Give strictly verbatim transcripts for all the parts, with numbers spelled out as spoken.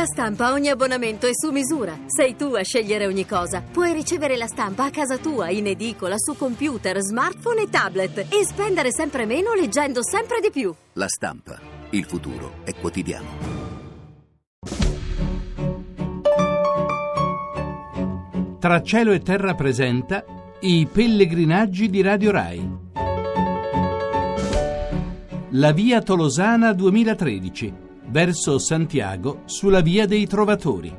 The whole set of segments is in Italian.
Stampa ogni abbonamento è su misura. Sei tu a scegliere ogni cosa. Puoi ricevere la stampa a casa tua, in edicola, su computer, smartphone e tablet e spendere sempre meno leggendo sempre di più. La Stampa. Il futuro è quotidiano. Tra cielo e terra presenta I pellegrinaggi di Radio Rai. La via Tolosana duemilatredici, verso Santiago, sulla via dei Trovatori.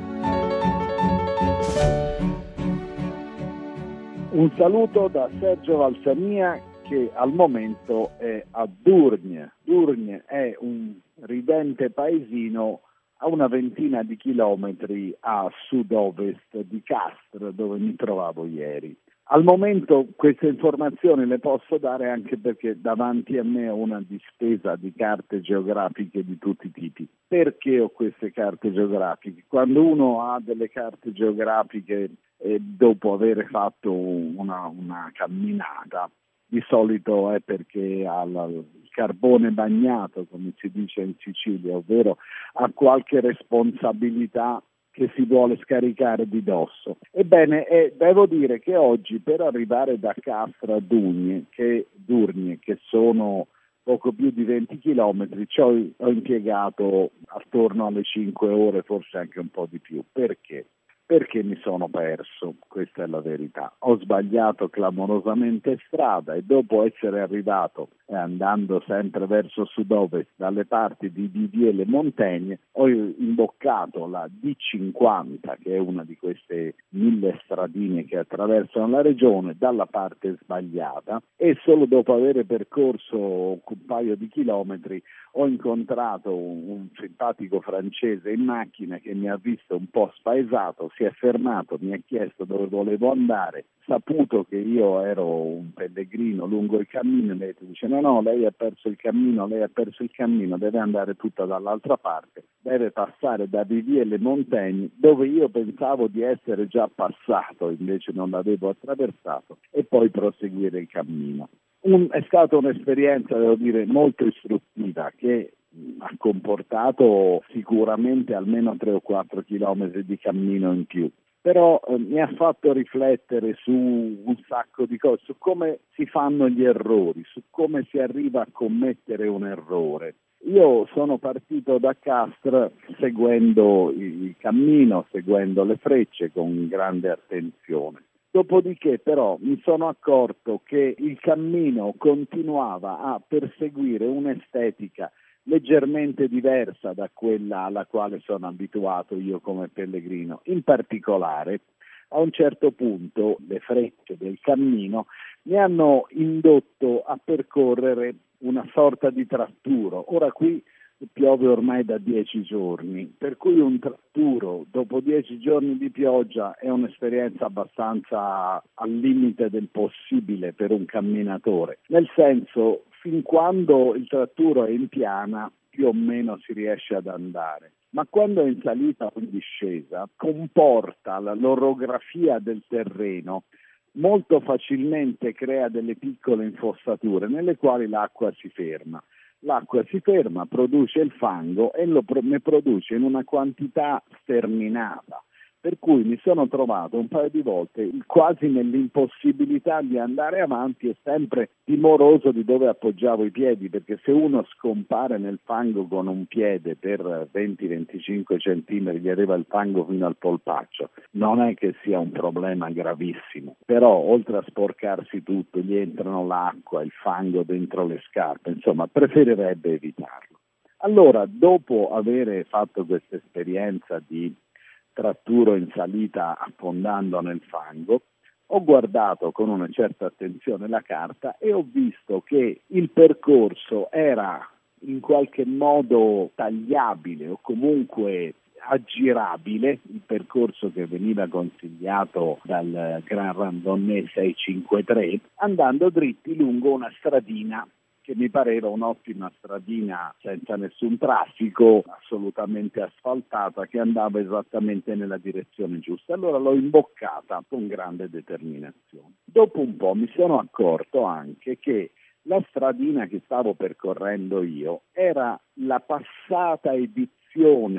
Un saluto da Sergio Valsania, che al momento è a Durgne. Durgne è un ridente paesino a una ventina di chilometri a sud-ovest di Castres, dove mi trovavo ieri. Al momento queste informazioni le posso dare anche perché davanti a me ho una dispesa di carte geografiche di tutti i tipi. Perché ho queste carte geografiche? Quando uno ha delle carte geografiche e dopo aver fatto una, una camminata, di solito è perché ha il carbone bagnato, come si dice in Sicilia, ovvero ha qualche responsabilità che si vuole scaricare di dosso. Ebbene, eh, devo dire che oggi per arrivare da Castres a Durgne, che, Durgne, che sono poco più di venti chilometri, ci ho, ho impiegato attorno alle cinque ore, forse anche un po' di più. Perché? Perché mi sono perso, questa è la verità. Ho sbagliato clamorosamente strada e dopo essere arrivato, eh, andando sempre verso sud-ovest, dalle parti di Viviers le Montaigne, ho imboccato la D cinquanta, che è una di queste mille stradine che attraversano la regione, dalla parte sbagliata, e solo dopo aver percorso un paio di chilometri ho incontrato un, un simpatico francese in macchina che mi ha visto un po' spaesato, si è fermato, mi ha chiesto dove volevo andare, saputo che io ero un pellegrino lungo il cammino, lei dice no no, lei ha perso il cammino, lei ha perso il cammino, deve andare tutta dall'altra parte, deve passare da Viviers le Montaigne, dove io pensavo di essere già passato, invece non l'avevo attraversato, e poi proseguire il cammino. Un, è stata un'esperienza, devo dire, molto istruttiva, che ha comportato sicuramente almeno tre o quattro chilometri di cammino in più, però eh, mi ha fatto riflettere su un sacco di cose, su come si fanno gli errori, su come si arriva a commettere un errore. Io sono partito da Castres seguendo il cammino, seguendo le frecce con grande attenzione. Dopodiché però mi sono accorto che il cammino continuava a perseguire un'estetica leggermente diversa da quella alla quale sono abituato io come pellegrino. In particolare, a un certo punto, le frecce del cammino mi hanno indotto a percorrere una sorta di tratturo. Ora qui piove ormai da dieci giorni, per cui un tratturo dopo dieci giorni di pioggia è un'esperienza abbastanza al limite del possibile per un camminatore, nel senso, fin quando il tratturo è in piana più o meno si riesce ad andare, ma quando è in salita o in discesa comporta la l'orografia del terreno, molto facilmente crea delle piccole infossature nelle quali l'acqua si ferma. L'acqua si ferma, produce il fango e lo pro- ne produce in una quantità sterminata, per cui mi sono trovato un paio di volte quasi nell'impossibilità di andare avanti e sempre timoroso di dove appoggiavo i piedi, perché se uno scompare nel fango con un piede per venti venticinque centimetri, gli arriva il fango fino al polpaccio, non è che sia un problema gravissimo, però oltre a sporcarsi tutto gli entrano l'acqua, il fango dentro le scarpe, insomma preferirebbe evitarlo. Allora, dopo aver fatto questa esperienza di tratturo in salita affondando nel fango, ho guardato con una certa attenzione la carta e ho visto che il percorso era in qualche modo tagliabile o comunque aggirabile, il percorso che veniva consigliato dal Grand Randonnée seicentocinquantatré, andando dritti lungo una stradina che mi pareva un'ottima stradina senza nessun traffico, assolutamente asfaltata, che andava esattamente nella direzione giusta. Allora l'ho imboccata con grande determinazione. Dopo un po' mi sono accorto anche che la stradina che stavo percorrendo io era la passata edizione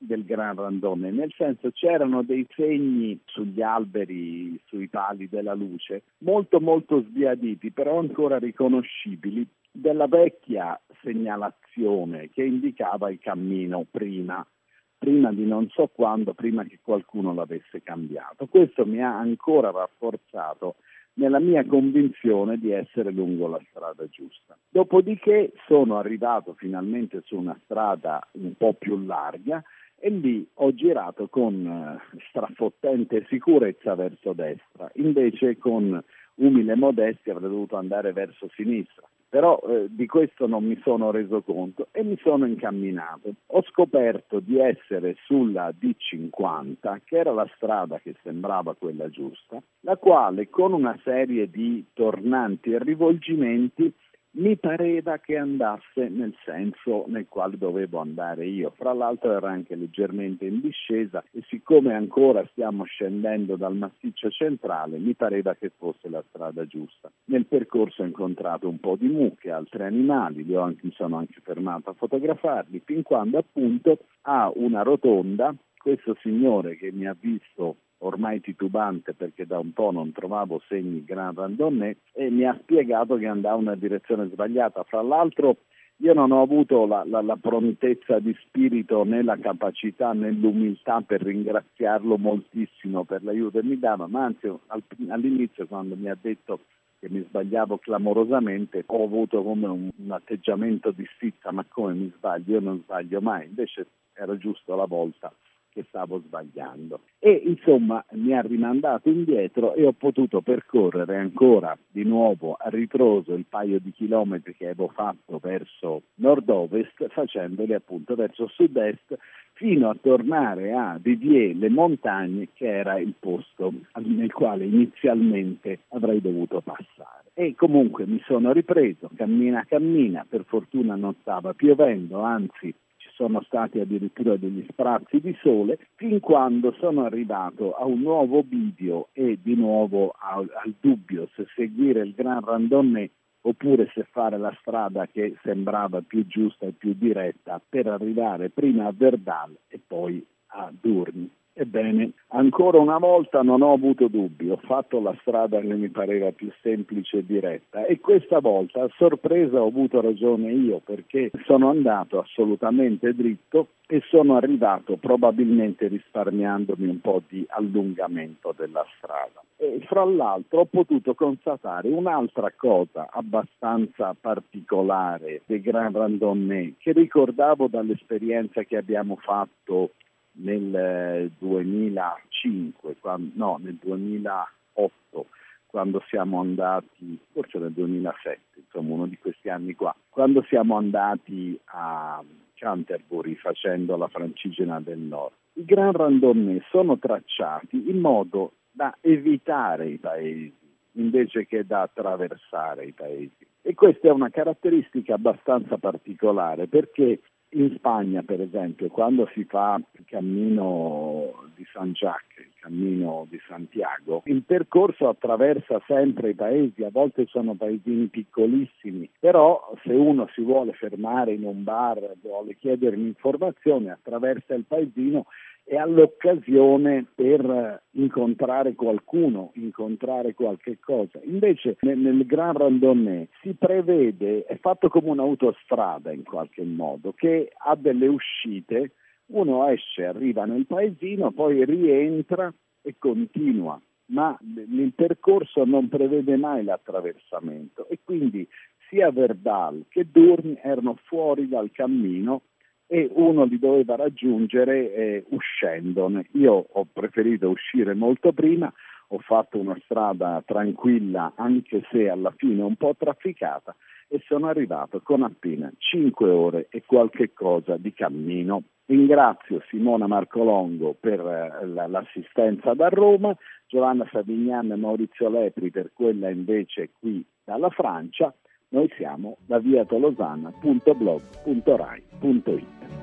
del Gran Randone, nel senso c'erano dei segni sugli alberi, sui pali della luce, molto molto sbiaditi, però ancora riconoscibili, della vecchia segnalazione che indicava il cammino prima, prima di non so quando, prima che qualcuno l'avesse cambiato. Questo mi ha ancora rafforzato nella mia convinzione di essere lungo la strada giusta. Dopodiché sono arrivato finalmente su una strada un po' più larga e lì ho girato con eh, strafottente sicurezza verso destra, invece con umile modestia avrei dovuto andare verso sinistra. Però eh, di questo non mi sono reso conto e mi sono incamminato. Ho scoperto di essere sulla D cinquanta, che era la strada che sembrava quella giusta, la quale con una serie di tornanti e rivolgimenti mi pareva che andasse nel senso nel quale dovevo andare io. Fra l'altro era anche leggermente in discesa e siccome ancora stiamo scendendo dal massiccio centrale mi pareva che fosse la strada giusta. Nel percorso ho incontrato un po' di mucche, altri animali, li ho anche, mi sono anche fermato a fotografarli, fin quando appunto a una rotonda questo signore che mi ha visto ormai titubante perché da un po' non trovavo segni Gran Randonnée e mi ha spiegato che andava in una direzione sbagliata. Fra l'altro io non ho avuto la, la, la prontezza di spirito né la capacità né l'umiltà per ringraziarlo moltissimo per l'aiuto che mi dava, ma anzi al, all'inizio quando mi ha detto che mi sbagliavo clamorosamente ho avuto come un, un atteggiamento di stizza, ma come mi sbaglio? Io non sbaglio mai, invece era giusto la volta che stavo sbagliando. E insomma mi ha rimandato indietro e ho potuto percorrere ancora di nuovo a ritroso il paio di chilometri che avevo fatto verso nord-ovest, facendoli appunto verso sud-est, fino a tornare a Viviers le montagne, che era il posto nel quale inizialmente avrei dovuto passare. E comunque mi sono ripreso, cammina cammina, per fortuna non stava piovendo, anzi sono stati addirittura degli sprazzi di sole, fin quando sono arrivato a un nuovo bivio e di nuovo al, al dubbio se seguire il Gran Randonnée oppure se fare la strada che sembrava più giusta e più diretta per arrivare prima a Verdal e poi a Durny. Ebbene, ancora una volta non ho avuto dubbi, ho fatto la strada che mi pareva più semplice e diretta e questa volta a sorpresa ho avuto ragione io perché sono andato assolutamente dritto e sono arrivato probabilmente risparmiandomi un po' di allungamento della strada. E fra l'altro ho potuto constatare un'altra cosa abbastanza particolare del Gran Randonnée che ricordavo dall'esperienza che abbiamo fatto nel duemilacinque, quando, no, nel duemilaotto, quando siamo andati, forse nel duemilasette, insomma uno di questi anni qua, quando siamo andati a Canterbury facendo la Francigena del Nord. I Gran Randonnée sono tracciati in modo da evitare i paesi invece che da attraversare i paesi. E questa è una caratteristica abbastanza particolare perché in Spagna, per esempio, quando si fa il cammino di San Jacques, il cammino di Santiago, il percorso attraversa sempre i paesi, a volte sono paesini piccolissimi, però se uno si vuole fermare in un bar, vuole chiedere un'informazione, attraversa il paesino e ha l'occasione per incontrare qualcuno, incontrare qualche cosa. Invece nel, nel Gran Randonnée si prevede, è fatto come un'autostrada in qualche modo, che ha delle uscite, uno esce, arriva nel paesino, poi rientra e continua, ma il percorso non prevede mai l'attraversamento e quindi sia Verdal che Durny erano fuori dal cammino e uno li doveva raggiungere eh, uscendone. Io ho preferito uscire molto prima, ho fatto una strada tranquilla anche se alla fine un po' trafficata e sono arrivato con appena cinque ore e qualche cosa di cammino. Ringrazio Simona Marcolongo per eh, la, l'assistenza da Roma, Giovanna Savignan e Maurizio Lepri per quella invece qui dalla Francia. Noi siamo la via tolosana punto blog punto rai punto it.